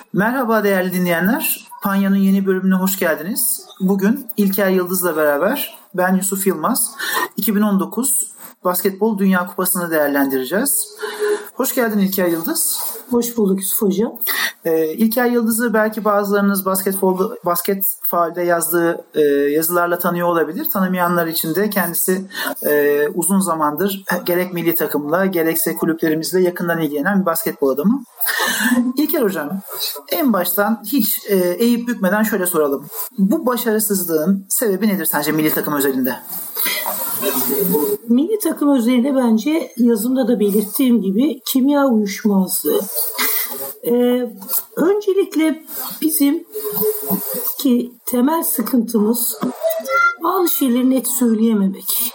Merhaba değerli dinleyenler. Panya'nın yeni bölümüne hoş geldiniz. Bugün İlker Yıldız'la beraber ben Yusuf Yılmaz 2019 Basketbol Dünya Kupası'nı değerlendireceğiz. Hoş geldin İlker Yıldız. Hoş bulduk Yusuf Hocam. İlker Yıldız'ı belki bazılarınız basket faalde yazdığı yazılarla tanıyor olabilir. Tanımayanlar için de kendisi uzun zamandır gerek milli takımla gerekse kulüplerimizle yakından ilgilenen bir basketbol adamı. İlker Hocam, en baştan hiç eğip bükmeden şöyle soralım. Bu başarısızlığın sebebi nedir sence milli takım özelinde? Milli takım özelinde bence yazımda da belirttiğim gibi kimya uyuşmazlığı. Öncelikle bizim ki temel sıkıntımız bazı şeyleri net söyleyememek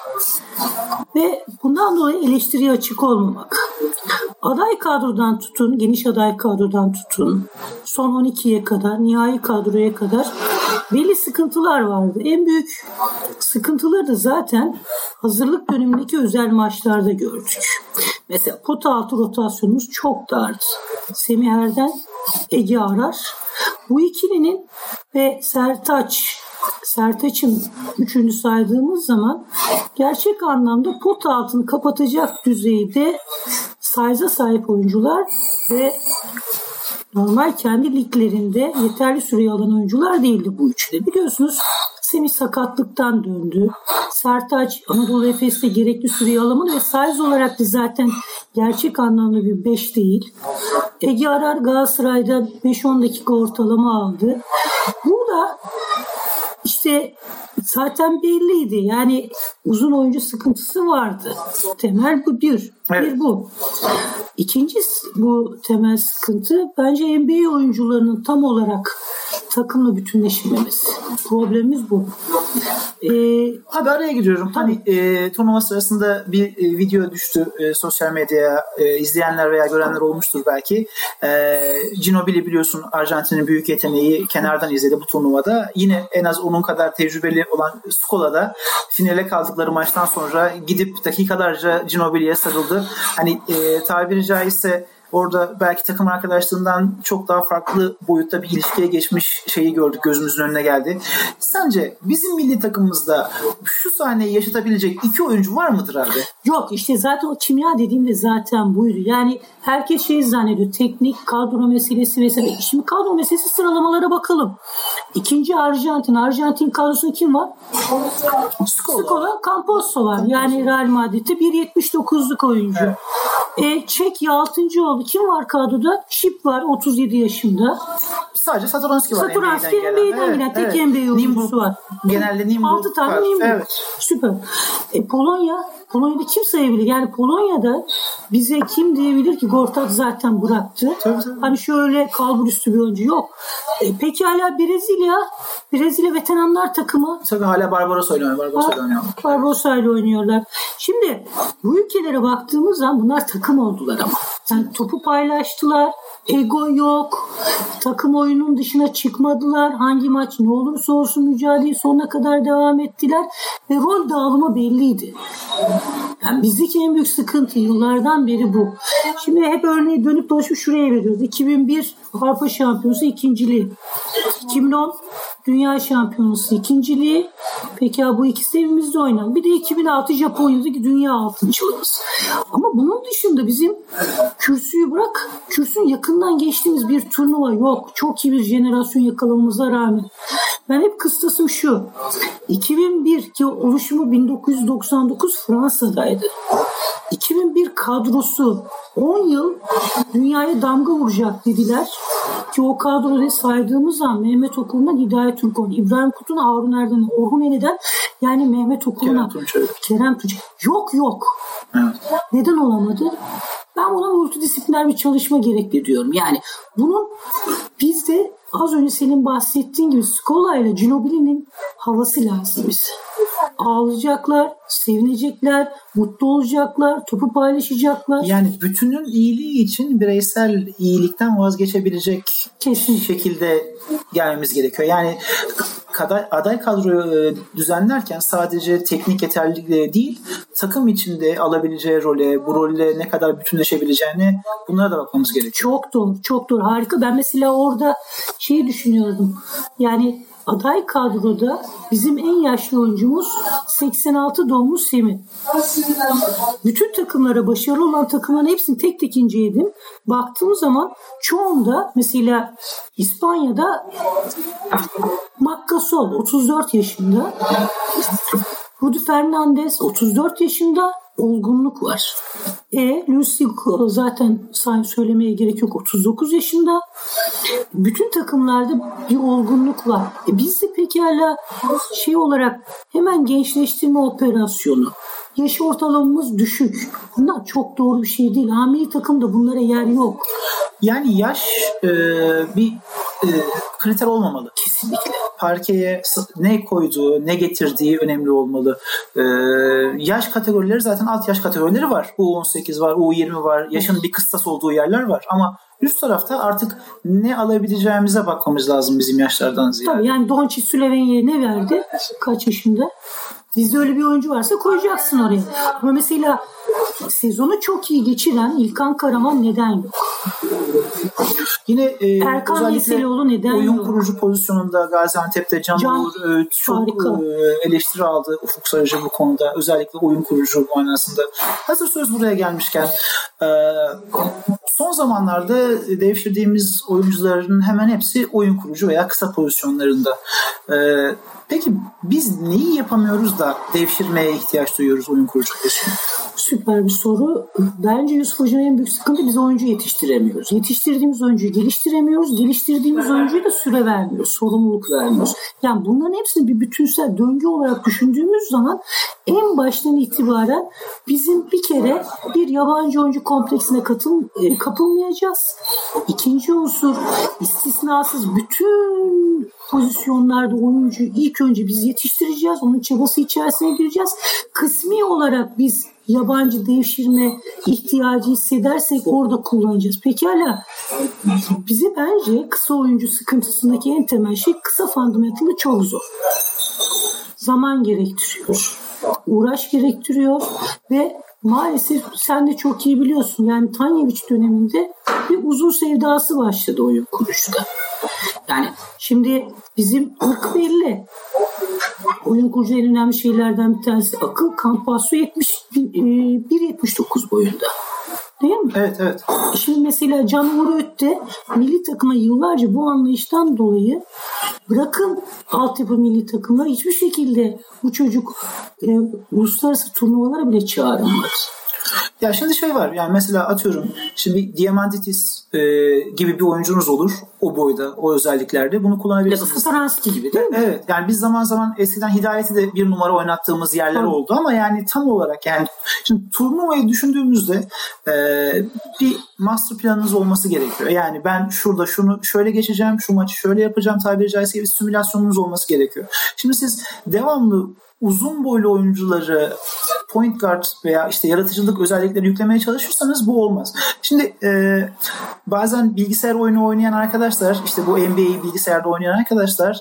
ve bundan dolayı eleştiriye açık olmamak. Aday kadrodan tutun, geniş aday kadrodan tutun, son 12'ye kadar, nihai kadroya kadar belli sıkıntılar vardı. En büyük sıkıntıları da zaten hazırlık dönemindeki özel maçlarda gördük. Mesela pota altı rotasyonumuz çok dardı. Semih Erden, Ege Arar. Bu ikilinin ve Sertaç'ın üçünü saydığımız zaman gerçek anlamda pot altını kapatacak düzeyde size'a sahip oyuncular ve normal kendi liglerinde yeterli süreyi alan oyuncular değildi bu üçlü. Biliyorsunuz Semih sakatlıktan döndü. Sertaç Anadolu Efes'te gerekli süreyi alamadı ve size olarak da zaten gerçek anlamda bir 5 değil. Ege Arar Galatasaray'da 5-10 dakika ortalama aldı. Burada işte zaten belliydi. Yani uzun oyuncu sıkıntısı vardı. Temel bu bir. Evet. Bir bu. İkincisi bu temel sıkıntı bence NBA oyuncularının tam olarak takımla bütünleşmemesi. Problemimiz bu. Abi araya giriyorum. Hani turnuva sırasında bir video düştü sosyal medyaya. İzleyenler veya görenler olmuştur belki. Ginobili biliyorsun Arjantin'in büyük yeteneği kenardan izledi bu turnuvada. Yine en az onun kadar tecrübeli olan Skola'da finale kaldıkları maçtan sonra gidip dakikalarca Ginobili'ye sarıldı. Hani tabiri caizse orada belki takım arkadaşlığından çok daha farklı boyutta bir ilişkiye geçmiş şeyi gördük, gözümüzün önüne geldi. Sence bizim milli takımımızda şu sahneyi yaşatabilecek iki oyuncu var mıdır abi? Yok, işte zaten o kimya dediğimde zaten buydu. Yani herkes zannediyor, teknik, kadro meselesi vesaire. Şimdi kadro meselesi, sıralamalara bakalım. İkinci Arjantin kadrosunda kim var? Scola, Camposo var. Yani Real Madrid'de 1.79'luk oyuncu. Evet. Çekya 6. oldu. Kim var kadroda? Şip var 37 yaşında. Sadece Satoranski var. Satoranski NBA'den gelen tek NBA oyuncusu var. Genelde Nîmbur 6 tane Nîmbur. Evet. Süper. Polonya'da kim sayabilir? Yani Polonya'da bize kim diyebilir ki Gortat zaten bıraktı. Tabii. Hani şöyle kalburüstü bir oyuncu yok. Peki hala Brezilya veteranlar takımı. Tabii hala Barbarossa oynuyorlar. Barbarossa ile oynuyorlar. Şimdi bu ülkelere baktığımız zaman bunlar takım oldular ama. Yani topu paylaştılar. Ego yok. Takım oyunun dışına çıkmadılar. Hangi maç ne olursa olsun mücadeleyi sonuna kadar devam ettiler. Ve rol dağılımı belliydi. Yani bizdeki en büyük sıkıntı yıllardan beri bu. Şimdi hep örneği dönüp dolaşıp şuraya veriyoruz. 2001 Avrupa Şampiyonası ikinciliği. 2010 Dünya Şampiyonası ikinciliği. Peki bu ikisi evimizde oynanan. Bir de 2006 Japonya'daki Dünya altıncılığımız. Ama bunun dışında bizim kürsünün yakından geçtiğimiz bir turnuva yok. Çok iyi bir jenerasyon yakalamamıza rağmen. Ben hep kıstasım şu. 2001 ki oluşumu 1999 Fransa'daydı. 2001 kadrosu 10 yıl dünyaya damga vuracak dediler. Ki o kadroda saydığımız zaman Mehmet Okul'dan Hidayet Türkoğlu, İbrahim Kutun, Harun Erden, Orhun Eli'den yani Mehmet Okul'una Kerem Tunç. Yok. Evet. Neden olamadı? Ben buna multidisipliner bir çalışma gerekli diyorum. Yani bunun bizde az önce senin bahsettiğin gibi Scola ile Ginobili'nin havası lazım bize. Ağlayacaklar, sevinecekler, mutlu olacaklar, topu paylaşacaklar. Yani bütünün iyiliği için bireysel iyilikten vazgeçebilecek şekilde gelmemiz gerekiyor. Yani aday kadroyu düzenlerken sadece teknik yeterlilik değil, takım içinde alabileceği role, bu rolle ne kadar bütünleşebileceğini, bunlara da bakmamız gerekiyor. Çok doğru, çok doğru. Harika. Ben mesela orada düşünüyordum. Yani aday kadroda bizim en yaşlı oyuncumuz 86 doğumlu Semih. Bütün takımlara, başarılı olan takımların hepsini tek tek inceledim. Baktığım zaman çoğunda, mesela İspanya'da Marcasol 34 yaşında, Rudy Fernandez 34 yaşında, olgunluk var. Luis Figo zaten söylemeye gerek yok, 39 yaşında. Bütün takımlarda bir olgunluk var. Biz de pekala olarak hemen gençleştirme operasyonu, yaş ortalamamız düşük. Bunlar çok doğru bir şey değil. Milli takımda bunlara yer yok. Yani yaş bir kriter olmamalı. Kesinlikle. Parkeye ne koyduğu, ne getirdiği önemli olmalı. Yaş kategorileri, zaten alt yaş kategorileri var. U18 var, U20 var. Yaşın bir kıstas olduğu yerler var. Ama üst tarafta artık ne alabileceğimize bakmamız lazım bizim yaşlardan ziyade. Tabii, yani Doncic Slovenya'ya ne verdi? Kaç yaşında? Bizde öyle bir oyuncu varsa koyacaksın oraya. Ama mesela sezonu çok iyi geçiren İlkan Karaman neden yok? Yine Erkan Veselioğlu neden oyun yok? kurucu pozisyonunda Gaziantep'te Can Uğur Öğüt çok eleştiri aldı Ufuk Sarıcı bu konuda. Özellikle oyun kurucu manasında. Hazır söz buraya gelmişken son zamanlarda devşirdiğimiz oyuncuların hemen hepsi oyun kurucu veya kısa pozisyonlarında. Peki biz neyi yapamıyoruz da devşirmeye ihtiyaç duyuyoruz oyun kurucu pozisyonu? Süper bir soru. Bence Yusuf Hoca'nın en büyük sıkıntı, biz oyuncu yetiştiremiyoruz. Yetiştirdiğimiz oyuncuyu geliştiremiyoruz. Geliştirdiğimiz oyuncuya da süre vermiyoruz. Sorumluluk vermiyoruz. Yani bunların hepsini bir bütünsel döngü olarak düşündüğümüz zaman en baştan itibaren bizim bir kere bir yabancı oyuncu kompleksine kapılmayacağız. İkinci unsur, istisnasız bütün pozisyonlarda oyuncu ilk önce biz yetiştireceğiz. Onun çabası içerisine gireceğiz. Kısmi olarak biz yabancı devşirme ihtiyacı hissedersek orada kullanacağız. Pekala, bize bence kısa oyuncu sıkıntısındaki en temel şey, kısa fundamental'ı çok zor. Zaman gerektiriyor. Uğraş gerektiriyor ve maalesef sen de çok iyi biliyorsun. Yani Tanyevic döneminde bir uzun sevdası başladı oyun kuruşta. Yani şimdi bizim ırk belli. Oyun kurucu en önemli şeylerden bir tanesi akıl. Campazzo 1.79 boyunda. Değil mi? Evet. Şimdi mesela Can Uğur Öğüt de milli takıma yıllarca bu anlayıştan dolayı, bırakın altyapı milli takımları, hiçbir şekilde bu çocuk uluslararası turnuvalara bile çağrılmadı. Ya şimdi var, yani mesela atıyorum şimdi Diamantis gibi bir oyuncunuz olur o boyda, o özelliklerde, bunu kullanabilirsiniz. Satoranski gibi değil mi? Evet, yani biz zaman zaman eskiden Hidayet'i de bir numara oynattığımız yerler oldu ama yani tam olarak, yani şimdi turnuvayı düşündüğümüzde bir master planınız olması gerekiyor. Yani ben şurada şunu şöyle geçeceğim, şu maçı şöyle yapacağım tabiri caizse, bir simülasyonunuz olması gerekiyor. Şimdi siz devamlı uzun boylu oyuncuları point guard veya yaratıcılık özellikleri yüklemeye çalışırsanız bu olmaz. Şimdi bazen bilgisayar oyunu oynayan arkadaşlar, bu NBA'yi bilgisayarda oynayan arkadaşlar,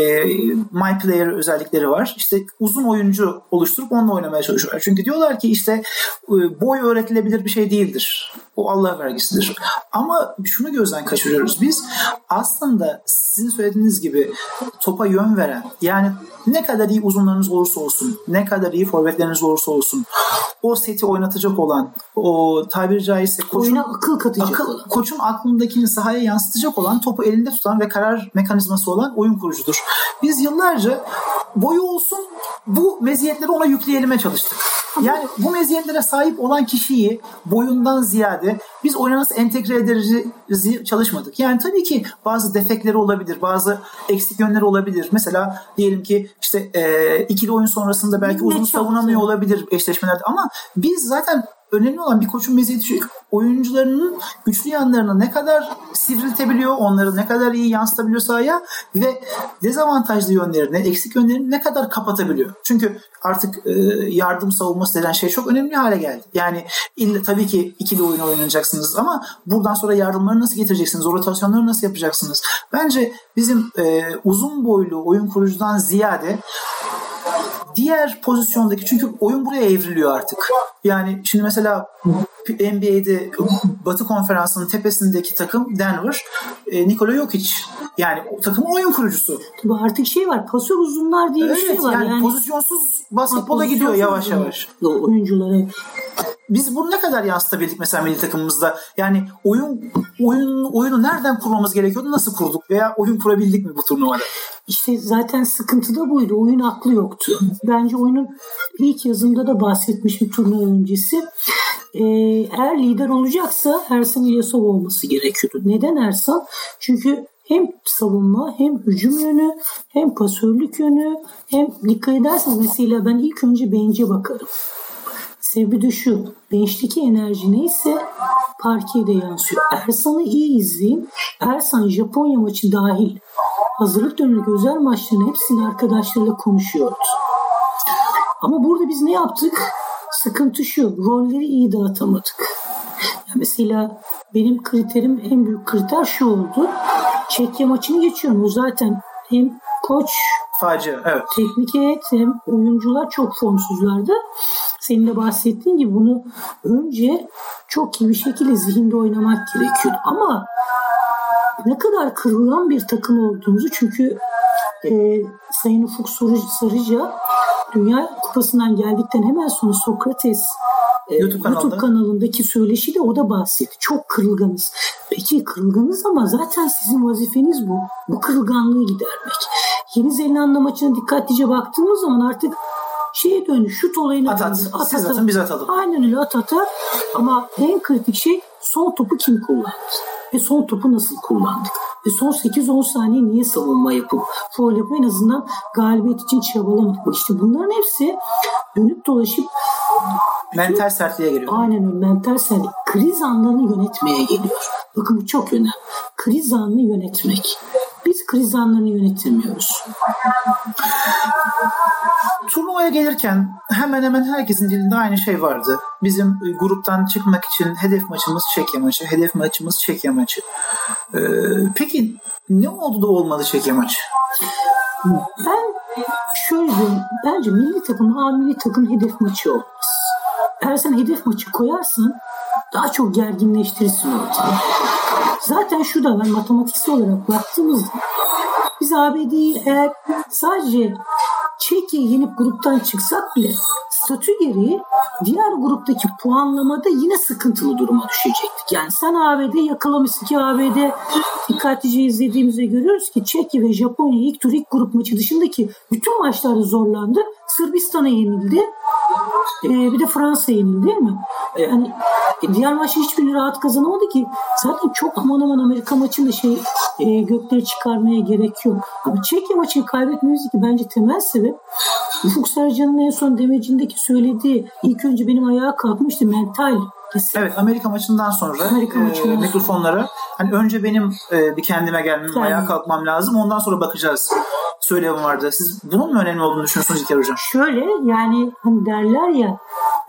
my player özellikleri var. Uzun oyuncu oluşturup onunla oynamaya çalışıyorlar. Çünkü diyorlar ki boy öğretilebilir bir şey değildir. O Allah vergisidir. Ama şunu gözden kaçırıyoruz. Biz aslında sizin söylediğiniz gibi topa yön veren, yani ne kadar iyi uzunlarınız olursa olsun, ne kadar iyi forvetleriniz olursa olsun, o seti oynatacak olan, o tabiri caizse koçun aklındakini sahaya yansıtacak olan, topu elinde tutan ve karar mekanizması olan oyun kurucudur. Biz yıllarca boyu olsun, bu meziyetleri ona yükleyelim'e çalıştık. Yani bu meziyetlere sahip olan kişiyi boyundan ziyade biz oyuna nasıl entegre ederiz çalışmadık. Yani tabii ki bazı defekleri olabilir, bazı eksik yönleri olabilir. Mesela diyelim ki ikili oyun sonrasında belki uzun savunamıyor olabilir eşleşmelerde, ama biz zaten önemli olan bir koçun meziyeti oyuncularının güçlü yanlarını ne kadar sivriltebiliyor, onları ne kadar iyi yansıtabiliyor sahaya ve dezavantajlı yönlerini, eksik yönlerini ne kadar kapatabiliyor. Çünkü artık yardım savunması denen şey çok önemli hale geldi. Yani tabii ki ikili oyun oynayacaksınız ama buradan sonra yardımları nasıl getireceksiniz, o rotasyonları nasıl yapacaksınız? Bence bizim uzun boylu oyun kurucudan ziyade diğer pozisyondaki, çünkü oyun buraya evriliyor artık. Yani şimdi mesela NBA'de Batı Konferansı'nın tepesindeki takım Denver, Nikola Jokic. Yani o takımın oyun kurucusu. Tabii artık şey var, pasör uzunlar diye bir şey var. Yani pozisyonsuz basketbola gidiyor yavaş yavaş. Oyunculara. Biz bunu ne kadar yansıtabildik mesela milli takımımızda? Yani oyunu nereden kurmamız gerekiyordu? Nasıl kurduk? Veya oyun kurabildik mi bu turnuvada? İşte zaten sıkıntı da buydu. Oyun aklı yoktu. Bence oyunun ilk yazımda da bahsetmişim turnuva öncesi. Eğer lider olacaksa Ersan İlyasov olması gerekiyordu. Neden Ersan? Çünkü hem savunma, hem hücum yönü, hem pasörlük yönü, hem dikkat ederseniz mesela ben ilk önce bench'e bakarım. Sebebi de şu, bench'teki enerji neyse parkeye de yansıyor. Ersan'ı iyi izleyin. Ersan Japonya maçı dahil hazırlık dönemindeki özel maçların hepsini arkadaşlarıyla konuşuyordu. Ama burada biz ne yaptık? Sıkıntı şu, rolleri iyi dağıtamadık. Mesela benim kriterim, en büyük kriter şu oldu. Çekya maçını geçiyorum. O zaten hem koç facia, evet. Teknik heyet hem oyuncular çok formsuzlardı. Senin de bahsettiğin gibi bunu önce çok iyi bir şekilde zihinde oynamak gerekiyordu. Ama ne kadar kırılan bir takım olduğumuzu, çünkü Sayın Ufuk Sarıca Dünya Kupası'ndan geldikten hemen sonra Sokrates YouTube kanalındaki söyleşi de o da bahsetti. Çok kırılganız. Peki kırılganız ama zaten sizin vazifeniz bu. Bu kırılganlığı gidermek. Yeni Zelanda maçına dikkatlice baktığımız zaman artık şeye döndü. Şut olayına döndü. Siz atın, biz atalım. Aynen öyle, at. Ama en kritik şey son topu kim kullandı? Ve son topu nasıl kullandık? Ve son 8-10 saniye niye savunma yapıp faul yapıp en azından galibiyet için çabalamadık? İşte bunların hepsi dönüp dolaşıp mental sertliğe geliyor. Aynen öyle, mental sertlik. Kriz anlarını yönetmeye geliyor. Bakın bu çok önemli. Kriz anını yönetmek. Biz kriz anlarını yönetemiyoruz. Turnuvaya gelirken hemen hemen herkesin dilinde aynı şey vardı. Bizim gruptan çıkmak için hedef maçımız Çekya maçı. Hedef maçımız Çekya maçı. Peki ne oldu da olmadı Çekya maçı? Ben şöyle diyorum. Bence milli takım, milli takım hedef maçı olmaz. Eğer sen hedef maçı koyarsan daha çok gerginleştirirsin ortamı. Zaten şu da var, matematiksel olarak baktığımızda biz ABD'yi eğer sadece Çekya'yı yenip gruptan çıksak bile statü gereği diğer gruptaki puanlamada yine sıkıntılı duruma düşecektik. Yani sen ABD yakalamışsın ki ABD dikkatlice izlediğimizde görüyoruz ki Çekya ve Japonya ilk grup maçı dışındaki bütün maçlarda zorlandı. Sırbistan'a yenildi. Bir de Fransa'ya yenildi değil mi? Yani diğer maçı hiçbirini rahat kazanamadı ki. Zaten çok aman Amerika maçında gökleri çıkarmaya gerek yok. Ama Çekya maçını kaybetmemizdeki bence temel sebep Ufuk Sarıcan'ın en son demecindeki söylediği, ilk önce benim ayağa kalkmıştı mental. Evet, Amerika maçından sonra mikrofonlara hani önce benim bir kendime gelmem, ayağa kalkmam lazım, ondan sonra bakacağız söylemi vardı. Siz bunun mu önemli olduğunu düşünüyorsunuz İlker Hocam? Şöyle, yani hani derler ya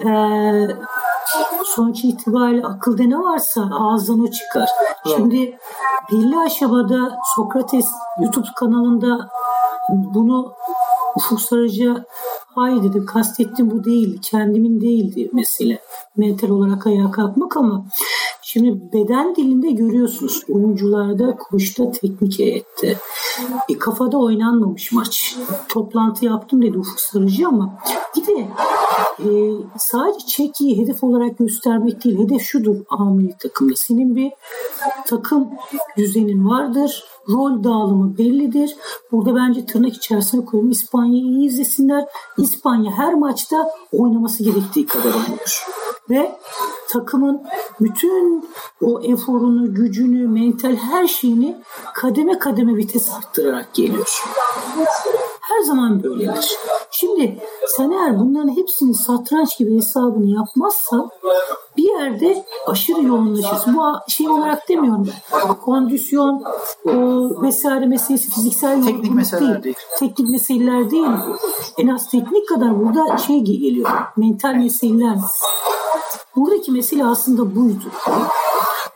sonuç itibariyle akılda ne varsa ağızdan o çıkar. Evet. Şimdi belli aşamada Sokrates YouTube kanalında bunu Ufuk Sarıcı hayır dedi, kastettim bu değil, kendimin değildi mesela mental olarak ayağa kalkmak. Ama şimdi beden dilinde görüyorsunuz, oyuncularda, koçta, teknik heyette kafada oynanmamış maç. Toplantı yaptım dedi Ufuk Sarıcı ama bir de sadece Çekya'yı hedef olarak göstermek değil, hedef şudur: milli takımda senin bir takım düzenin vardır. Rol dağılımı bellidir. Burada bence tırnak içerisine koyayım, İspanya'yı iyi izlesinler. İspanya her maçta oynaması gerektiği kadar oynuyor. Ve takımın bütün o eforunu, gücünü, mental her şeyini kademe kademe vites arttırarak geliyor. Her zaman böyledir. Şimdi sen eğer bunların hepsini satranç gibi hesabını yapmazsan bir yerde aşırı yoğunlaşırsın. Bu şey olarak demiyorum ben. Kondisyon vesaire meselesi, fiziksel teknik meseleler değil. Teknik meseleler değil. En az teknik kadar burada geliyor. Mental meseleler. Buradaki mesele aslında buydu. Peki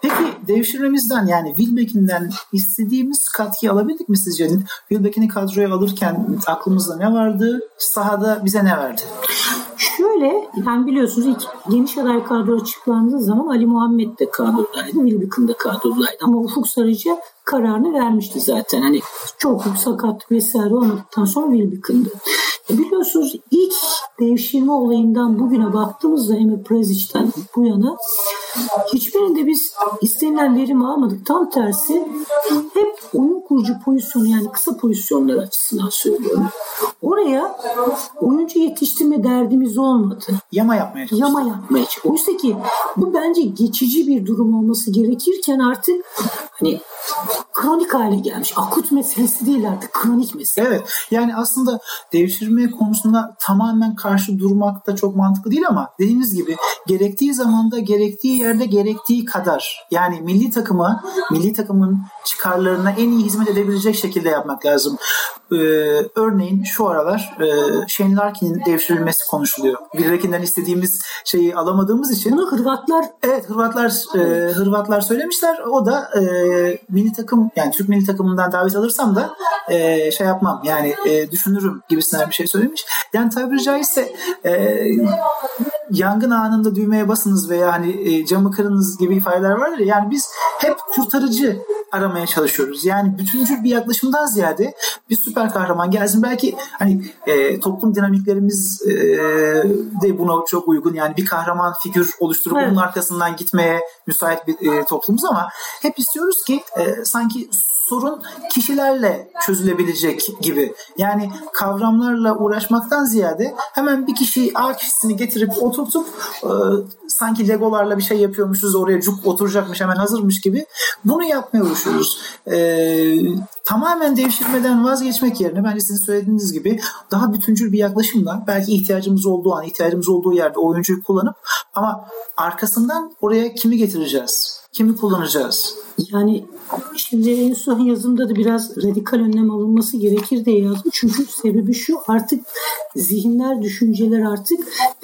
devşirmemizden yani Wilbeck'inden istediğimiz katkıyı alabildik mi sizce? Wilbeck'ini kadroya alırken aklımızda ne vardı? Sahada bize ne verdi? Şöyle, yani biliyorsunuz ilk geniş aday kadro açıklandığı zaman Ali Muhammed de kadrodaydı, Wilbeck'in de kadrodaydı. Ama Ufuk Sarıcı kararını vermişti zaten. Hani çok sakatlık vesaire olmadıktan sonra Wilbeck'indi. Biliyorsunuz ilk devşirme olayından bugüne baktığımızda Emir Prezic'ten bu yana hiçbirinde biz istenilen verimi almadık. Tam tersi hep oyun kurucu pozisyonu yani kısa pozisyonlar açısından söylüyorum. Oraya oyuncu yetiştirme derdimiz olmadı. Yama yapmaya çalıştık. Oysa ki bu bence geçici bir durum olması gerekirken artık hani kronik hale gelmiş. Akut meselesi değil artık kronik mesele. Evet. Yani aslında devşirme konusunda tamamen karşı durmak da çok mantıklı değil ama dediğiniz gibi gerektiği zamanda, gerektiği yerde, gerektiği kadar yani milli takımın çıkarlarına en iyi hizmet edebilecek şekilde yapmak lazım. Örneğin şu aralar Shane Larkin'in devşirilmesi konuşuluyor. Wilbeck'inden istediğimiz şeyi alamadığımız için. Bunu Hırvatlar söylemişler. O da milli takım yani Türk milli takımından davet alırsam da şey yapmam yani düşünürüm gibisinden bir şey söylemiş. Yani tabiri caizse yangın anında düğmeye basınız veya hani camı kırınız gibi ifadeler vardır ya. Yani biz hep kurtarıcı aramaya çalışıyoruz. Yani bütüncül bir yaklaşımdan ziyade bir süper kahraman gelsin. Belki hani toplum dinamiklerimiz de buna çok uygun. Yani bir kahraman figür oluşturup onun arkasından gitmeye müsait bir toplumuz ama hep istiyoruz ki sanki sorun kişilerle çözülebilecek gibi. Yani kavramlarla uğraşmaktan ziyade hemen bir A kişisini getirip oturtup sanki legolarla bir şey yapıyormuşuz oraya cuk oturacakmış hemen hazırmış gibi bunu yapmaya uğraşıyoruz. Tamamen devşirmeden vazgeçmek yerine bence sizin söylediğiniz gibi daha bütüncül bir yaklaşımla belki ihtiyacımız olduğu an, ihtiyacımız olduğu yerde o oyuncuyu kullanıp ama arkasından oraya kimi getireceğiz? Kimi kullanacağız? Yani şimdi en son yazımda da biraz radikal önlem alınması gerekir diye yazdım. Çünkü sebebi şu artık zihinler, düşünceler artık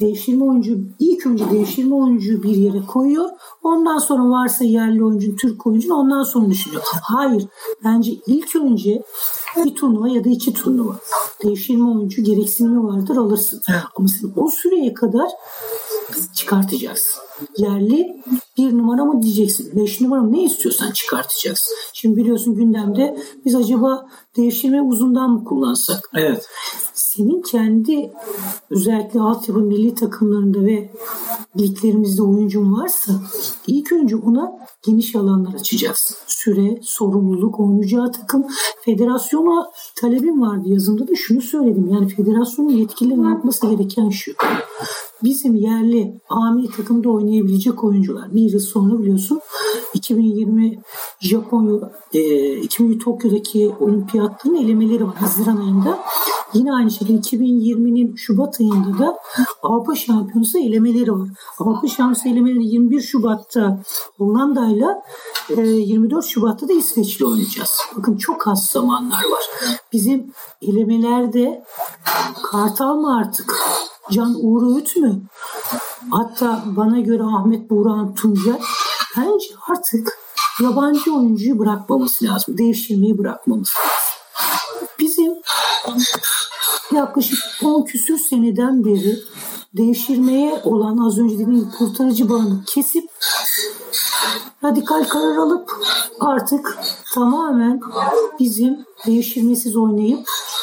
ilk önce devşirme oyuncuyu bir yere koyuyor. Ondan sonra varsa yerli oyuncu, Türk oyuncu ondan sonra düşünüyor. Hayır. Bence ilk önce bir turnuva ya da 2 turnuva. Devşirme oyuncu gereksinimi vardır alırsın. Ama sen o süreye kadar çıkartacaksın. Yerli 1 numara mı diyeceksin? 5 numara mı ne istiyorsan çıkartacaksın. Şimdi biliyorsun gündemde biz acaba devşirme uzundan mı kullansak? Evet. Senin kendi özellikle altyapı milli takımlarında ve liglerimizde oyuncun varsa ilk önce ona geniş alanlar açacaksın. Süre, sorumluluk, oynayacağı takım. Federasyona talebim vardı yazımda da şunu söyledim. Yani federasyonun yetkililerinin yapması gereken şu. Bizim yerli A takımda oynayabilecek oyuncular. Bir yıl sonra biliyorsun 2020 Japonya 2020 Tokyo'daki olimpiyatların elemeleri var Haziran ayında. Yine aynı şekilde 2020'nin Şubat ayında da Avrupa Şampiyonası elemeleri var. Avrupa Şampiyonası elemeleri 21 Şubat'ta Hollanda'yla 24 Şubat'ta da İsveç'le oynayacağız. Bakın çok az zamanlar var. Bizim elemelerde Kartal mı artık? Can Uğur Öğüt mü? Hatta bana göre Ahmet Buğra Tuncel bence artık yabancı oyuncuyu bırakmamız lazım. Devşirmeyi bırakmamız lazım. Bizim yaklaşık 10 küsür seneden beri devşirmeye olan az önce dediğim kurtarıcı bağını kesip radikal karar alıp artık tamamen bizim devşirmesiz oynayıp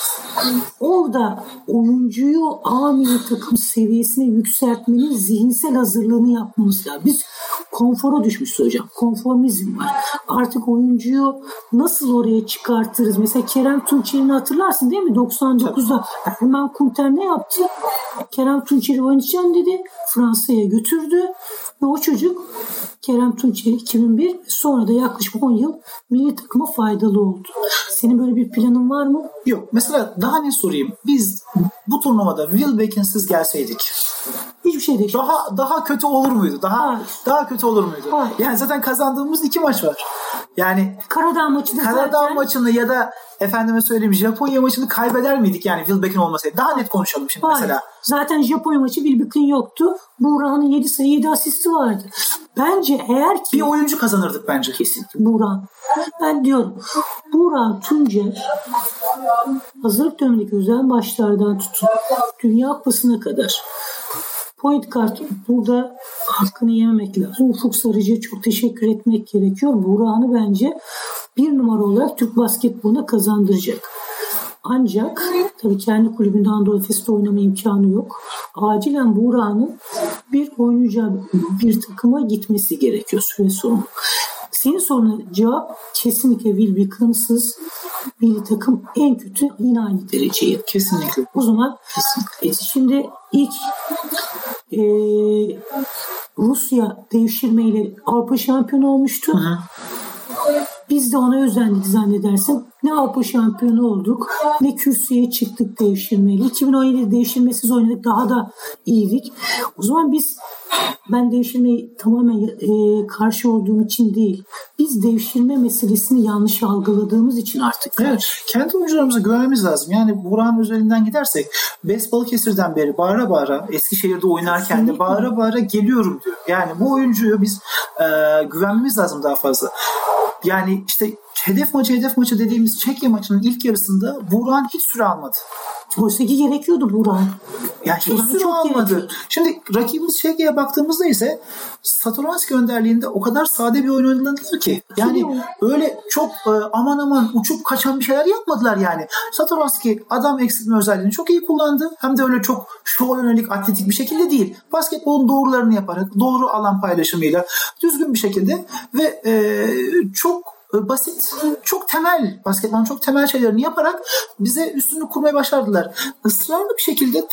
orada oyuncuyu A milli takım seviyesine yükseltmenin zihinsel hazırlığını yapmamız lazım. Biz konfora düşmüşüz hocam. Konformizm var. Artık oyuncuyu nasıl oraya çıkartırız? Mesela Kerem Tunçeri'ni hatırlarsın değil mi? 99'da Erman Kunter ne yaptı? Kerem Tunçeri oynayacağım dedi. Fransa'ya götürdü. Ve o çocuk Kerem Tunçeri 2001 sonra da yaklaşık 10 yıl milli takıma faydalı oldu. Senin böyle bir planın var mı? Yok. Mesela daha ne sorayım? Biz bu turnuvada Wilbeck'insiz gelseydik hiçbir şey değişmez. Daha kötü olur muydu? Daha kötü olur muydu? Hayır. Yani zaten kazandığımız 2 maç var. Yani Karadağ maçını ya da efendime söyleyeyim Japonya maçını kaybeder miydik yani Wilbeck'in olmasaydı? Daha net konuşalım şimdi mesela. Zaten Japonya maçı Wilbeck'in yoktu. Buğra'nın 7 sayı 7 asisti vardı. Bence eğer ki... Bir oyuncu kazanırdık bence. Kesinlikle Buğra. Ben diyorum Buğra Tuncer hazırlık dönemindeki özel maçlardan tutun Dünya Kupası'na kadar point kart burada hakkını yememek lazım. Ufuk Sarıcı'ya çok teşekkür etmek gerekiyor. Buğra'nı bence bir numara olarak Türk basketboluna kazandıracak. Ancak tabii kendi kulübünde Anadolu Efes'te oynama imkanı yok. Acilen Buğra'nın bir oyuncağı bir takıma gitmesi gerekiyor süre sonra. Senin soruna cevap kesinlikle Wilbeck'ınsız milli takım en kötü yine aynı dereceye. Kesinlikle. O zaman şimdi ilk Rusya devşirmeyle Avrupa şampiyonu olmuştu. Hı. Biz de ona özendik zannedersem. Ne Avrupa şampiyonu olduk ne kürsüye çıktık devşirmeyle. 2017'de devşirmesiz oynadık. Daha da iyiydik. O zaman ben devşirmeyi tamamen karşı olduğum için değil. Biz devşirme meselesini yanlış algıladığımız için artık. Evet. Kendi oyuncularımıza güvenmemiz lazım. Yani Burak'ın özelinden gidersek Bes Balıkesir'den beri bağıra bağıra Eskişehir'de oynarken kesinlikle de bağıra bağıra geliyorum diyor. Yani bu oyuncuyu biz güvenmemiz lazım daha fazla. Yani işte hedef maçı dediğimiz Çekya maçının ilk yarısında Burak'ın hiç süre almadı. Oysa ki gerekiyordu Burak'ın. Yani hiç süre almadı. Şimdi rakibimiz Çekya'ya baktığımızda ise Satoranski önderliğinde o kadar sade bir oyun oynadılar ki. Yani öyle çok aman uçup kaçan bir şeyler yapmadılar yani. Satoranski adam eksiltme özelliğini çok iyi kullandı. Hem de öyle çok şova yönelik atletik bir şekilde değil. Basketbolun doğrularını yaparak, doğru alan paylaşımıyla düzgün bir şekilde ve çok basit, çok temel, basketbolun çok temel şeylerini yaparak bize üstünlük kurmaya başardılar. Israrlı bir şekilde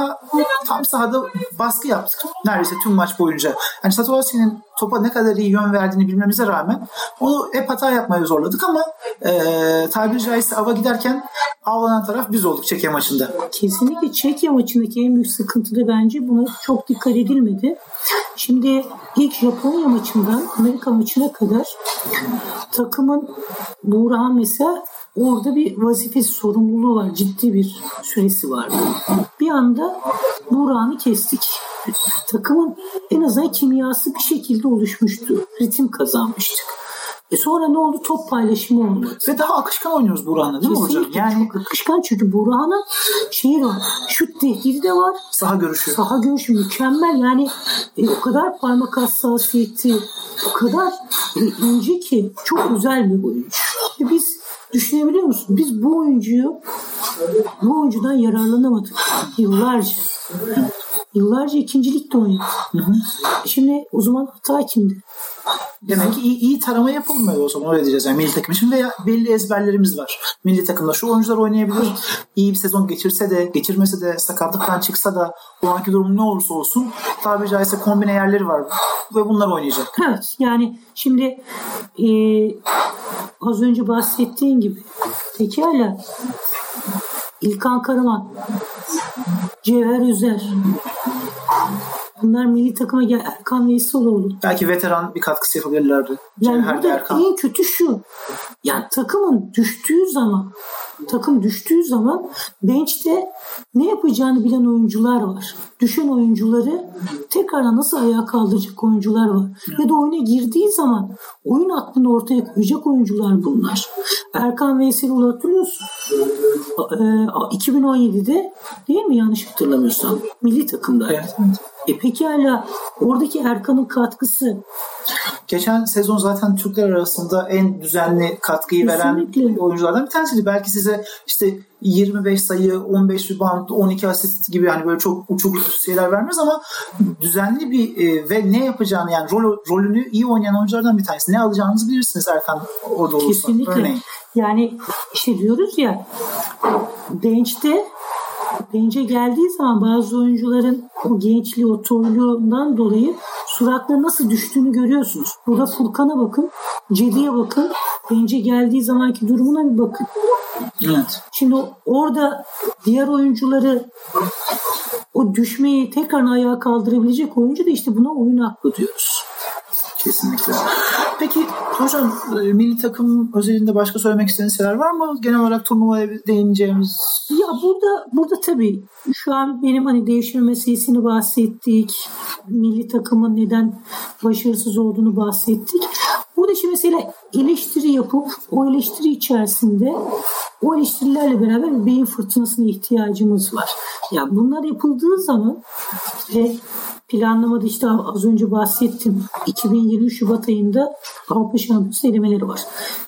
tam sahada baskı yaptık. Neredeyse tüm maç boyunca. Yani Satoranski'nin topa ne kadar iyi yön verdiğini bilmemize rağmen onu hep hata yapmaya zorladık ama tabiri caizse ava giderken avlanan taraf biz olduk Çekya maçında. Kesinlikle Çekya maçındaki en büyük sıkıntı da bence buna çok dikkat edilmedi. Şimdi ilk Japonya maçından Amerika maçına kadar takımın Buğra'nın mesela orada bir vazifesi, sorumluluğu var. Ciddi bir süresi vardı. Bir anda Buğra'nı kestik. Takımın en azından kimyası bir şekilde oluşmuştu. Ritim kazanmıştık. Sonra ne oldu? Top paylaşımı oldu. Ve daha akışkan oynuyoruz Buğra'nla değil mi hocam? Yani çok akışkan çünkü Buğra'nın şeyi var. Şut tehdidi de var. Saha görüşü mükemmel. Yani o kadar parmak hassasiyeti, o kadar ince ki çok güzel bir oyuncu. Biz düşünebiliyor musun? Biz bu oyuncudan yararlanamadık yıllarca ikincilikte oynadı. Şimdi o zaman hata kimdi? Demek ki iyi tarama yapılmıyor o zaman, öyle diyeceğiz yani milli takım için veya belli ezberlerimiz var. Milli takımda şu oyuncular oynayabilir. İyi bir sezon geçirse de geçirmese de sakatlıktan çıksa da o anki durum ne olursa olsun tabiri caizse kombine yerleri var ve bunlar oynayacak. Evet yani şimdi az önce bahsettiğin gibi pekala İlkan Karaman, Cevher Özer, bunlar milli takıma Erkan Veyseloğlu. Belki veteran bir katkısı yapabilirlerdi. Yani burada en kötü şu. Yani takım düştüğü zaman bench'te ne yapacağını bilen oyuncular var. Düşen oyuncuları tekrar nasıl ayağa kaldıracak oyuncular var. Ya da oyuna girdiği zaman oyun aklını ortaya koyacak oyuncular bunlar. Erkan Veyseloğlu hatırlıyorsun. 2017'de değil mi, yanlış hatırlamıyorsam milli takımda. Evet. Pekala oradaki Erkan'ın katkısı. Geçen sezon zaten Türkler arasında en düzenli katkıyı veren oyunculardan bir tanesiydi. Belki size işte 25 sayı, 15 rebound, 12 asist gibi yani böyle çok uçuk şeyler vermez ama düzenli bir ve ne yapacağını yani rolünü iyi oynayan oyunculardan bir tanesi. Ne alacağınızı bilirsiniz Erkan orada olursa. Kesinlikle. Örneğin. Yani işte diyoruz ya bench'e geldiği zaman bazı oyuncuların o gençliği, o toyluğundan dolayı suratları nasıl düştüğünü görüyorsunuz. Burada Furkan'a bakın, Cedi'ye bakın, bench'e geldiği zamanki durumuna bir bakın. Evet. Şimdi orada diğer oyuncuları o düşmeyi tekrar ayağa kaldırabilecek oyuncu da işte buna oyun aklı diyoruz. Kesinlikle. Peki hocam milli takım özelinde başka söylemek istediğiniz şeyler var mı? Genel olarak turnuvaya değineceğimiz. Ya burada tabii şu an benim hani devşirme meselesini bahsettik. Milli takımın neden başarısız olduğunu bahsettik. Burada şimdi mesela eleştiri yapıp o eleştiri içerisinde o eleştirilerle beraber bir beyin fırtınasına ihtiyacımız var. Ya bunlar yapıldığı zaman ve planlamada işte az önce bahsettim. 2020 Şubat ayında Avrupa Şampiyonası elemeleri var.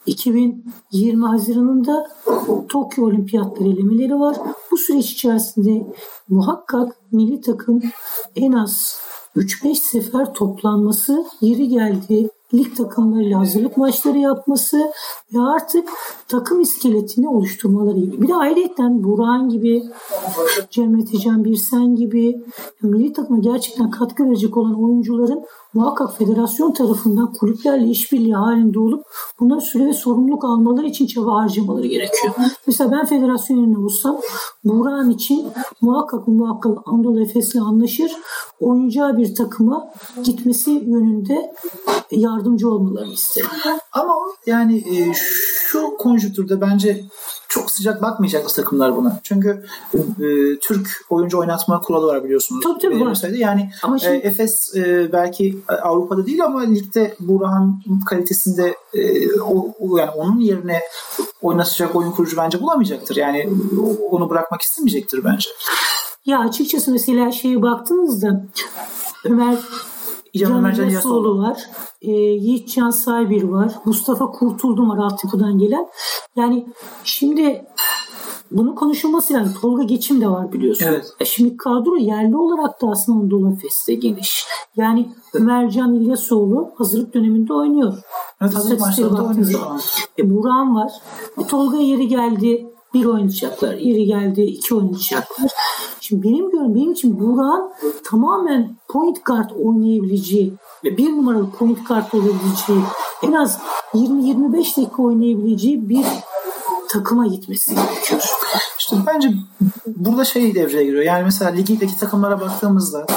2020 Haziran'ında Tokyo Olimpiyatları elemeleri var. Bu süreç içerisinde muhakkak milli takım en az 3-5 sefer toplanması, yeri geldi lig takımlarıyla hazırlık maçları yapması ve artık takım iskeletini oluşturmaları gibi. Bir de ayrıyeten Burhan gibi, Cemre Can Birsen gibi milli takıma gerçekten katkı verecek olan oyuncuların muhakkak federasyon tarafından kulüplerle işbirliği halinde olup bunların süre ve sorumluluk almaları için çaba harcamaları gerekiyor. Mesela ben federasyon yerine olsam Burhan için muhakkak Anadolu Efes'le anlaşır, oyuncağı bir takıma gitmesi yönünde yardımcı olmalarını isterim. Ama yani şu konjüktürde bence çok sıcak bakmayacak takımlar buna. Çünkü Türk oyuncu oynatma kuralı var biliyorsunuz. Tabii var. Yani şimdi, Efes belki Avrupa'da değil ama ligde Burhan kalitesinde yani onun yerine oynatacak oyun kurucu bence bulamayacaktır. Yani onu bırakmak istemeyecektir bence. Ya açıkçası mesela şeye baktığınızda Ömer Can İlyasoğlu var. Yiğitcan Saybir var. Mustafa Kurtuldum var altyapıdan gelen. Yani şimdi bunun konuşulması yani Tolga Geçim de var biliyorsun. Evet. Şimdi kadro yerli olarak da aslında Anadolu Efes'te geniş. Yani Ömer Can İlyasoğlu hazırlık döneminde oynuyor. Evet, hazırlık maçlarında oynuyor şu an. Burhan var. Tolga yeri geldi 1 oynayacaklar. Yeri geldi 2 oynayacaklar. Şimdi benim için Burhan tamamen point guard oynayabileceği ve 1 numaralı point guard olabileceği en az 20-25 dakika oynayabileceği bir takıma gitmesi gerekiyor. İşte bence burada devreye giriyor. Yani mesela ligdeki takımlara baktığımızda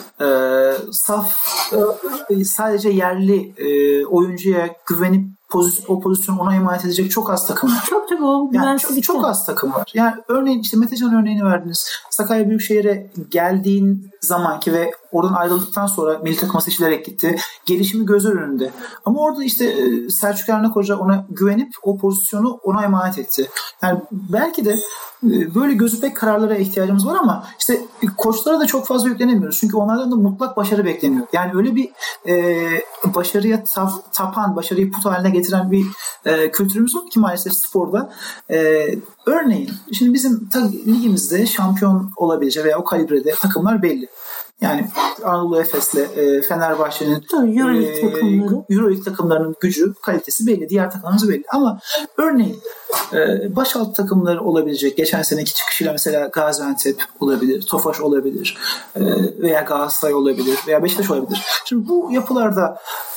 sadece yerli oyuncuya güvenip o pozisyonu ona emanet edecek çok az takım var. Tabii o yani çok az takım var. Yani örneğin işte Metecan örneğini verdiniz. Sakarya Büyükşehir'e geldiğin zamanki ve oradan ayrıldıktan sonra milli takıma seçilerek gitti. Gelişimi gözler önünde. Ama orada işte Selçuk Ernak Hoca ona güvenip o pozisyonu ona emanet etti. Yani belki de böyle gözü pek kararlara ihtiyacımız var ama işte koçlara da çok fazla yüklenemiyoruz. Çünkü onlardan da mutlak başarı bekleniyor. Yani öyle bir başarıya tapan, başarıyı put haline getiren bir kültürümüz yok ki maalesef sporda. Örneğin şimdi bizim ligimizde şampiyon olabilecek veya o kalibrede takımlar belli. Yani Anadolu Efes'le Fenerbahçe'nin Euroleague takımlarının gücü, kalitesi belli. Diğer takımlarımız belli. Ama örneğin başalt takımları olabilecek. Geçen seneki çıkışıyla mesela Gaziantep olabilir, Tofaş olabilir veya Galatasaray olabilir veya Beşiktaş olabilir. Şimdi bu yapılarda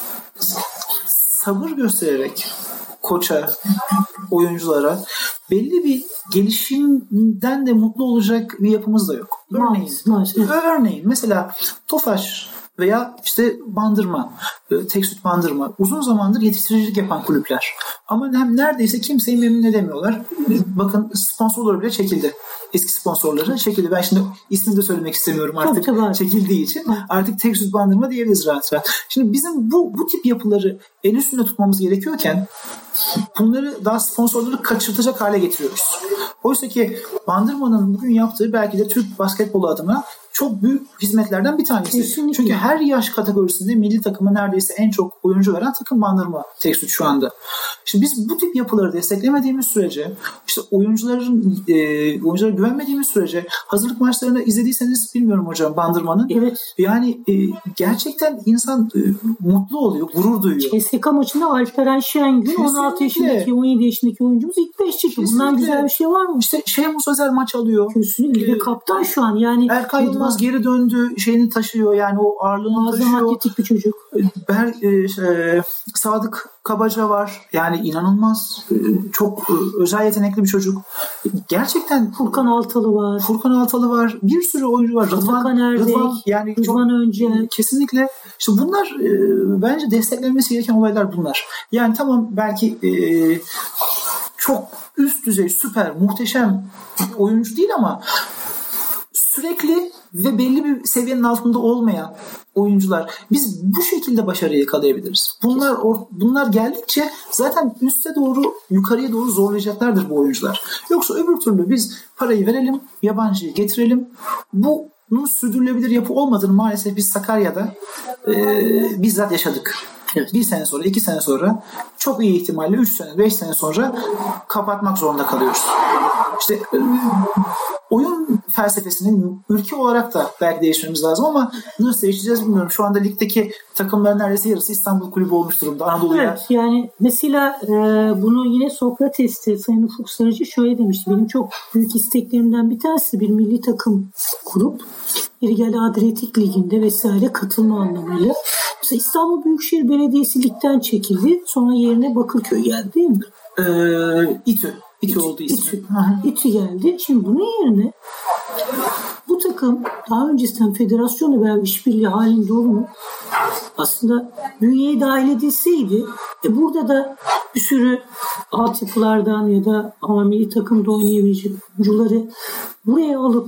sabır göstererek koça, oyunculara belli bir gelişimden de mutlu olacak bir yapımız da yok. Örneğin mesela Tofaş veya işte Bandırma, Teksüt Bandırma uzun zamandır yetiştiricilik yapan kulüpler. Ama neredeyse kimseyi memnun edemiyorlar. Bakın sponsorları bile çekildi. Eski sponsorları çekildi. Ben şimdi ismini de söylemek istemiyorum artık çekildiği için. Artık Teksüt Bandırma diyebiliriz rahat rahat. Şimdi bizim bu tip yapıları el üstünde tutmamız gerekiyorken bunları daha sponsorları kaçırtacak hale getiriyoruz. Oysa ki Bandırma'nın bugün yaptığı belki de Türk basketbolu adına çok büyük hizmetlerden bir tanesi. Kesinlikle. Çünkü her yaş kategorisinde milli takıma neredeyse en çok oyuncu veren takım Bandırma Teksüt şu anda. Şimdi biz bu tip yapıları desteklemediğimiz sürece, işte oyunculara güvenmediğimiz sürece, hazırlık maçlarını izlediyseniz bilmiyorum hocam Bandırma'nın. Evet. Yani gerçekten insan mutlu oluyor, gurur duyuyor. CSK maçında Alperen Şengün 16 yaşındaki, 17 yaşındaki oyuncumuz ilk 5 çıktı. Bundan güzel bir şey var mı? İşte Şemus Özel maç alıyor. Kesinlikle. Kaptan şu an yani. Erkay Yılmaz geri döndü, şeyini taşıyor yani o ağırlığını taşıyor. Atletik bir çocuk. Sadık Kabaca var. Yani inanılmaz çok özel yetenekli bir çocuk. Gerçekten Furkan Altalı var. Bir sürü oyuncu var. Rıdvan Öncel. Kesinlikle. İşte bunlar bence desteklenmesi gereken olaylar bunlar. Yani tamam belki çok üst düzey, süper, muhteşem oyuncu değil ama sürekli ve belli bir seviyenin altında olmayan oyuncular. Biz bu şekilde başarıyı yakalayabiliriz. Bunlar geldikçe zaten üste doğru, yukarıya doğru zorlayacaklardır bu oyuncular. Yoksa öbür türlü biz parayı verelim, yabancıyı getirelim. Bunun sürdürülebilir yapı olmadığını maalesef biz Sakarya'da bizzat yaşadık. Evet. 1 sene sonra, 2 sene sonra, çok iyi ihtimalle 3 sene, 5 sene sonra kapatmak zorunda kalıyoruz. İşte oyun felsefesini ülke olarak da belki değiştirmemiz lazım ama nasıl değiştireceğiz bilmiyorum. Şu anda ligdeki takımların neredeyse yarısı İstanbul Kulübü olmuş durumda. Anadolu'ya. Evet, yani mesela bunu yine Sokrates'te Sayın Ufuk Sarıcı şöyle demişti. Benim çok büyük isteklerimden bir tanesi bir milli takım kurup İrgeli Adriyatik Ligi'nde vesaire katılma anlamıyla. Mesela İstanbul Büyükşehir Belediyesi ligden çekildi. Sonra yerine Bakırköy geldi değil mi? İTÜ oldu ismi. İTÜ geldi. Şimdi bunun yerine bu takım daha öncesinden federasyonla beraber işbirliği halinde olup aslında bünyeye dahil edilseydi burada da bir sürü altyapılardan ya da milli takımda oynayabilecek oyuncuları buraya alıp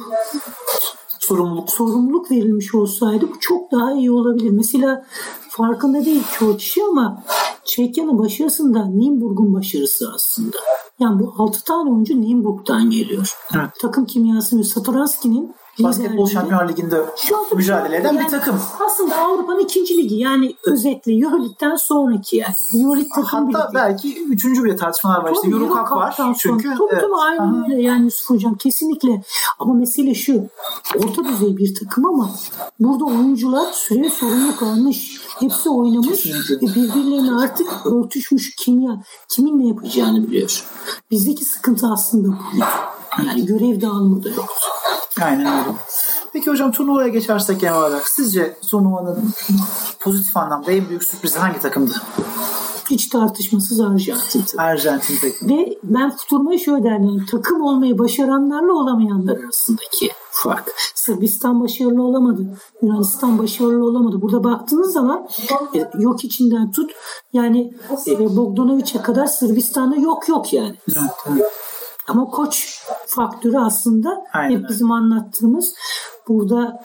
sorumluluk verilmiş olsaydı bu çok daha iyi olabilir. Mesela farkında değil çoğu kişi ama Çekya'nın başarısında Nimburg'un başarısı aslında. Yani bu 6 tane oyuncu Nimburg'dan geliyor. Evet. Takım kimyası Satoranski'nin Basketbol Şampiyonlar Ligi'nde mücadele eden bir takım. Aslında Avrupa'nın 2. ligi. Yani özetle Euroleague'den sonraki yani. Euroleague takım hatta belki 3. bir tartışmalar var. İşte Euro Cup var. Çünkü tabii aynen öyle. Yani Yusuf Hocam kesinlikle. Ama mesele şu. Orta düzey bir takım ama burada oyuncular süre sorumluluk almış. Hepsi oynamış. Kesinlikle. Ve birbirlerine artık örtüşmüş kimya. Kimin ne yapacağını biliyor. Bizdeki sıkıntı aslında bu. Yani görev dağılımı da yoktu. Aynen öyle. Peki hocam turnuvaya geçersek genel olarak sizce turnuvanın pozitif anlamda en büyük sürprizi hangi takımdı? Hiç tartışmasız Arjantin. Arjantin takımı. Ve ben turnuvayı şöyle derdim. Takım olmayı başaranlarla olamayanlar arasındaki fark. Sırbistan başarılı olamadı. Yunanistan başarılı olamadı. Burada baktığınız zaman yok içinden tut yani Bogdanovic'e kadar Sırbistan'da yok yani. Evet. Ama koç faktörü aslında aynen hep bizim anlattığımız burada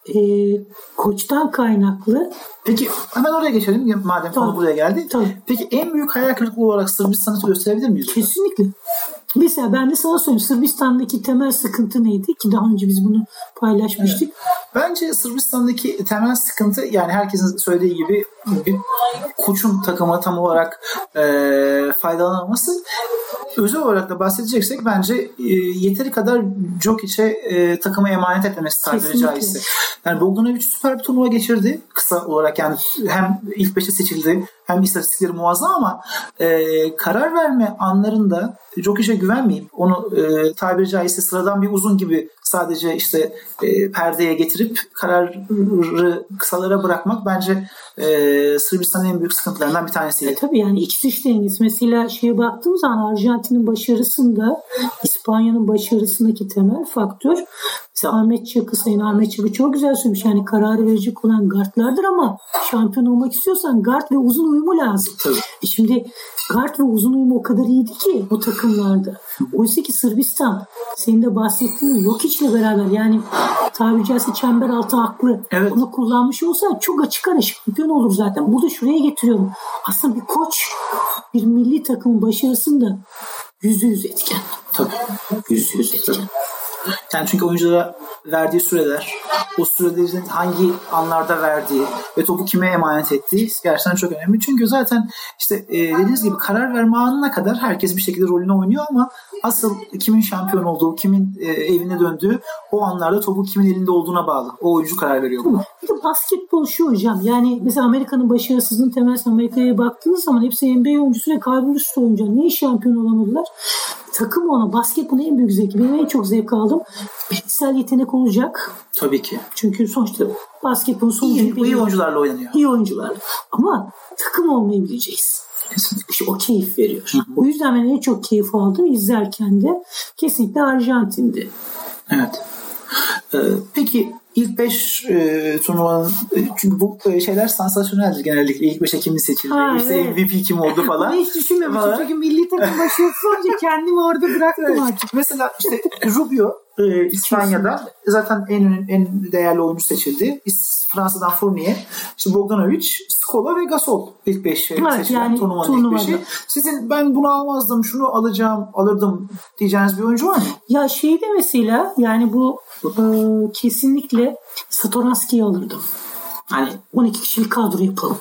koçtan kaynaklı. Peki hemen oraya geçelim madem konu buraya geldi. Tabii. Peki en büyük hayal kırıklığı olarak Sırbistan'ı gösterebilir miyiz? Kesinlikle. Mesela ben de sana söyleyeyim Sırbistan'daki temel sıkıntı neydi ki daha önce biz bunu paylaşmıştık. Evet. Bence Sırbistan'daki temel sıkıntı yani herkesin söylediği gibi bir koçun takıma tam olarak faydalanamaması. Özel olarak da bahsedeceksek bence yeteri kadar Djokic'e takıma emanet etmemesi tabiri caizse. Yani Bogdanovic süper bir turnuva geçirdi kısa olarak yani hem ilk 5'e seçildi hem istatistikleri muazzam ama karar verme anlarında Djokic'e güvenmeyip onu tabiri caizse sıradan bir uzun gibi sadece işte perdeye getirip kararı kısalara bırakmak bence Sırbistan'ın en büyük sıkıntılarından bir tanesiydi. Tabii yani ikisi dengesi. Mesela şeye baktığımız zaman Arjantin'in başarısında İspanya'nın başarısındaki temel faktör mesela Sayın Ahmet Çakı çok güzel söylemiş. Yani kararı verecek olan guardlardır ama şampiyon olmak istiyorsan guard ve uzun uyumu lazım. Şimdi guard ve uzun uyumu o kadar iyiydi ki bu takımlarda. Oysa ki Sırbistan senin de bahsettiğin Jokic'le beraber yani tabiri caizse çember altı haklı. Evet. Onu kullanmış olsa çok açık ara şampiyon olur zaten. Burada şuraya getiriyorum. Aslında bir koç bir milli takımın başarısında %100 etken. Tabii. %100 etken. Yani çünkü oyunculara verdiği süreler, o sürelerin hangi anlarda verdiği ve topu kime emanet ettiği gerçekten çok önemli. Çünkü zaten işte dediğiniz gibi karar verme anına kadar herkes bir şekilde rolünü oynuyor ama asıl kimin şampiyon olduğu, kimin evine döndüğü o anlarda topu kimin elinde olduğuna bağlı. O oyuncu karar veriyor buna. Bir de basketbol şu hocam yani mesela Amerika'nın başarısızlığının temel Amerika'ya baktığınız zaman hepsi NBA oyuncusu ve kalbur üstü oyuncu. Niye şampiyon olamadılar? Takım ona basketbolun en büyük zevki. Benim en çok zevk aldım. Bireysel yetenek olacak. Tabii ki. Çünkü sonuçta basketbolun sonucu iyi oyuncularla oynanıyor. İyi oyuncularla. Ama takım olmayı bileceğiz. İşte o keyif veriyor. O yüzden ben en çok keyif aldım izlerken de kesinlikle Arjantin'di. Evet. Peki ilk 5 turnuvanın çünkü bu şeyler sansasyoneldir genellikle. İlk 5'e kimin seçildi? İşte evet. MVP kim oldu falan. Bunu hiç düşünmemiştim. Çünkü milli takım başarısı olunca kendimi orada bıraktım evet. artık. Mesela işte Rubio İspanya'da zaten en değerli oyuncu seçildi. Fransa'dan Fournier, işte Bogdanovic, Scola ve Gasol ilk 5 seçilen yani turnuvanın ilk 5'i. Sizin ben bunu almazdım, şunu alırdım diyeceğiniz bir oyuncu var mı? Ya şeyde mesela yani bu kesinlikle Satoranski'yi alırdım. Hani 12 kişilik kadro yapalım.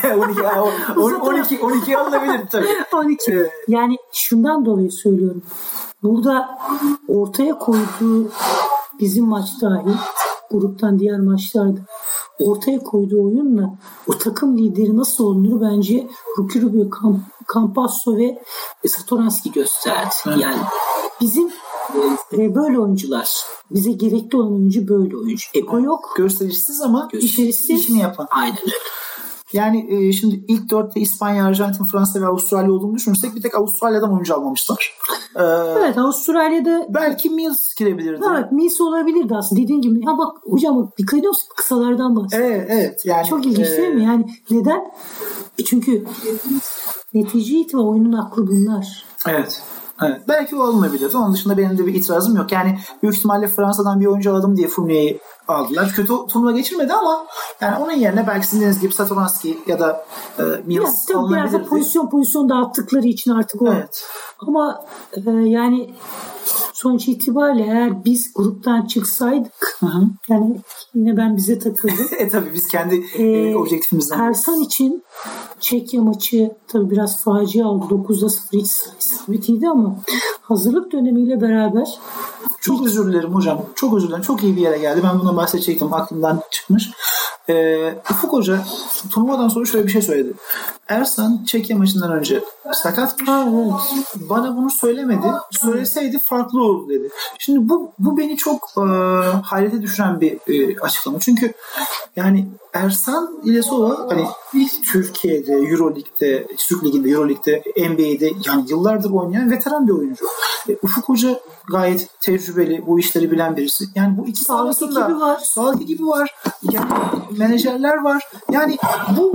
12 alınabilir tabii. 12. Yani şundan dolayı söylüyorum. Burada ortaya koyduğu bizim maç dahil, gruptan diğer maçlarda ortaya koyduğu oyunla o takım lideri nasıl olunur bence Ricky Rubio, Campasso ve Satoranski gösterdi. Yani bizim böyle oyuncular. Bize gerekli olan oyuncu böyle oyuncu. Ego yok. Gösterişsiz ama işini yapan. Aynen öyle. Yani şimdi ilk 4'te İspanya, Arjantin, Fransa ve Avustralya olduğunu düşünürsek bir tek Avustralya'dan oyuncu almamışlar. Evet, Avustralya'da belki Mills girebilirdi. Evet, Mills olabilirdi aslında. Dediğin gibi. Ya bak hocam dikkat ediyor musun? Kısalardan bahsediyor. Evet. Yani, çok ilginç değil mi? Yani neden? Çünkü netice itibariyle oyunun aklı bunlar. Evet. Belki o alınabilirdi. Onun dışında benim de bir itirazım yok. Yani büyük ihtimalle Fransa'dan bir oyuncu aldım diye Fournier'i aldılar. Kötü turnuva geçirmedi ama yani onun yerine belki sizin dediğiniz gibi Satoranski ya da Mills alınabilirdi. Biraz da pozisyon dağıttıkları için artık o. Evet. Ama yani sonuç itibariyle eğer biz gruptan çıksaydık yani yine ben bize takıldım. Tabii biz kendi objektifimizden. Ersan için Çekya maçı tabii biraz facia oldu. 9'da 0 hiç isabetiydi ama hazırlık dönemiyle beraber çok özür dilerim hocam. Çok özür dilerim. Çok iyi bir yere geldi. Ben bundan bahsedecektim. Aklımdan çıkmış. Ufuk Hoca turnuvadan sonra şöyle bir şey söyledi. Ersan Çekya maçından önce sakatmış. Evet. Bana bunu söylemedi. Söyleseydi farklı olurdu dedi. Şimdi bu beni çok hayrete düşüren bir açıklama. Çünkü yani Ersan İlyasova hani Türkiye'de, Euroleague'de, Türk Ligi'nde, Euroleague'de, NBA'de yani yıllardır oynayan veteran bir oyuncu. Ufuk Hoca gayet tecrübeli, bu işleri bilen birisi. Yani bu ikisi arasında sağlık ekibi var. Yani menajerler var. Yani bu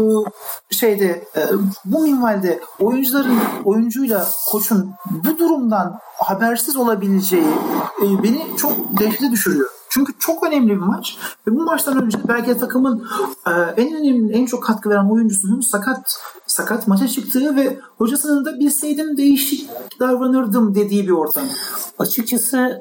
bu minvalde oyuncuyla koçun bu durumdan habersiz olabileceği beni çok dehşete düşürüyor. Çünkü çok önemli bir maç ve bu maçtan önce belki de takımın en çok katkı veren oyuncusunun sakat maça çıktığı ve hocasının da bilseydim değişik davranırdım dediği bir ortam. Açıkçası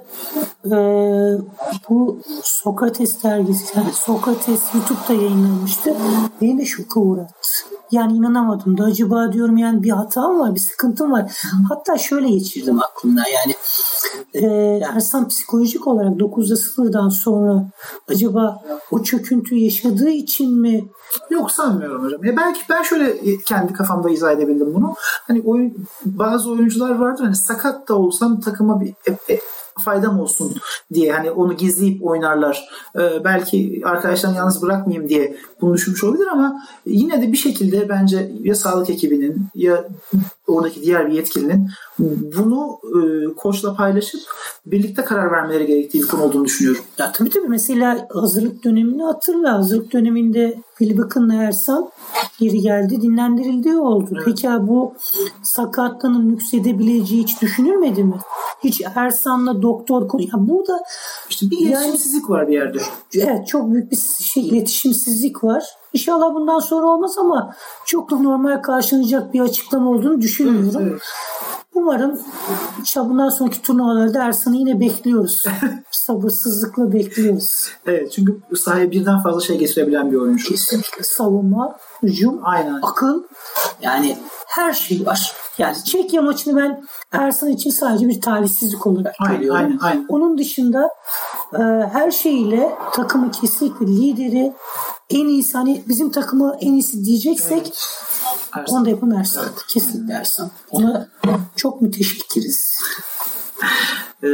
bu Sokrates dergisi, yani Sokrates YouTube'da yayınlanmıştı. Beni de şoka uğrattı. Yani inanamadım da acaba diyorum yani bir hatam var, bir sıkıntım var. Hatta şöyle geçirdim aklımdan yani Ersan psikolojik olarak 9'da 0'dan sonra acaba o çöküntüyü yaşadığı için mi? Yok sanmıyorum hocam. Belki ben şöyle kendi kafamda izah edebildim bunu. Hani bazı oyuncular vardır hani sakat da olsam takıma bir faydam olsun diye hani onu gizleyip oynarlar. Belki arkadaşlarını yalnız bırakmayayım diye bunu düşünmüş olabilir ama yine de bir şekilde bence ya sağlık ekibinin ya oradaki diğer bir yetkilinin bunu koçla paylaşıp birlikte karar vermeleri gerektiği bir konu olduğunu düşünüyorum. Ya tabii mesela hazırlık dönemini hatırla. Hazırlık döneminde Bilbakın'la Ersan geri geldi, dinlendirildiği oldu. Evet. Peki bu sakatlığının nüksedebileceği hiç düşünülmedi mi? Hiç Ersan'la doktor konu. Ya burada işte bir iletişimsizlik var bir yerde. Evet, çok büyük bir iletişimsizlik var. İnşallah bundan sonra olmaz ama çok da normal karşılanacak bir açıklama olduğunu düşünmüyorum. Evet. Umarım bundan sonraki turnuvalarda Ersan'ı yine bekliyoruz. Sabırsızlıkla bekliyoruz. Evet, çünkü sahaya birden fazla şey getirebilen bir oyuncu. Kesinlikle savunma, hücum, akıl, yani her şey var. Yani Çekya maçını ben Ersan için sadece bir talihsizlik olarak görüyorum. Aynen. Onun dışında her şeyiyle takımın kesinlikle lideri, en iyisi, hani bizim takımı en iyisi diyeceksek onu da yapan Ersan. Evet. Kesinlikle Ersan. Ona çok müteşekkiriz.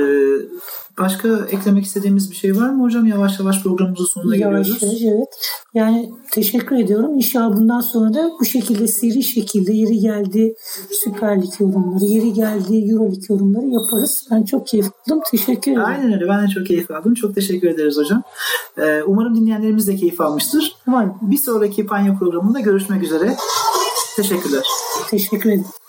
Başka eklemek istediğimiz bir şey var mı hocam? Yavaş yavaş programımızın sonuna geliyoruz. Evet. Yani teşekkür ediyorum. İnşallah bundan sonra da bu şekilde seri şekilde yeri geldi Süper Lig yorumları, yeri geldi Euro Lig yorumları yaparız. Ben çok keyif aldım. Teşekkür ederim. Aynen öyle. Ben de çok keyif aldım. Çok teşekkür ederiz hocam. Umarım dinleyenlerimiz de keyif almıştır. Umarım. Bir sonraki Panyo programında görüşmek üzere. Teşekkürler. Teşekkür ederim.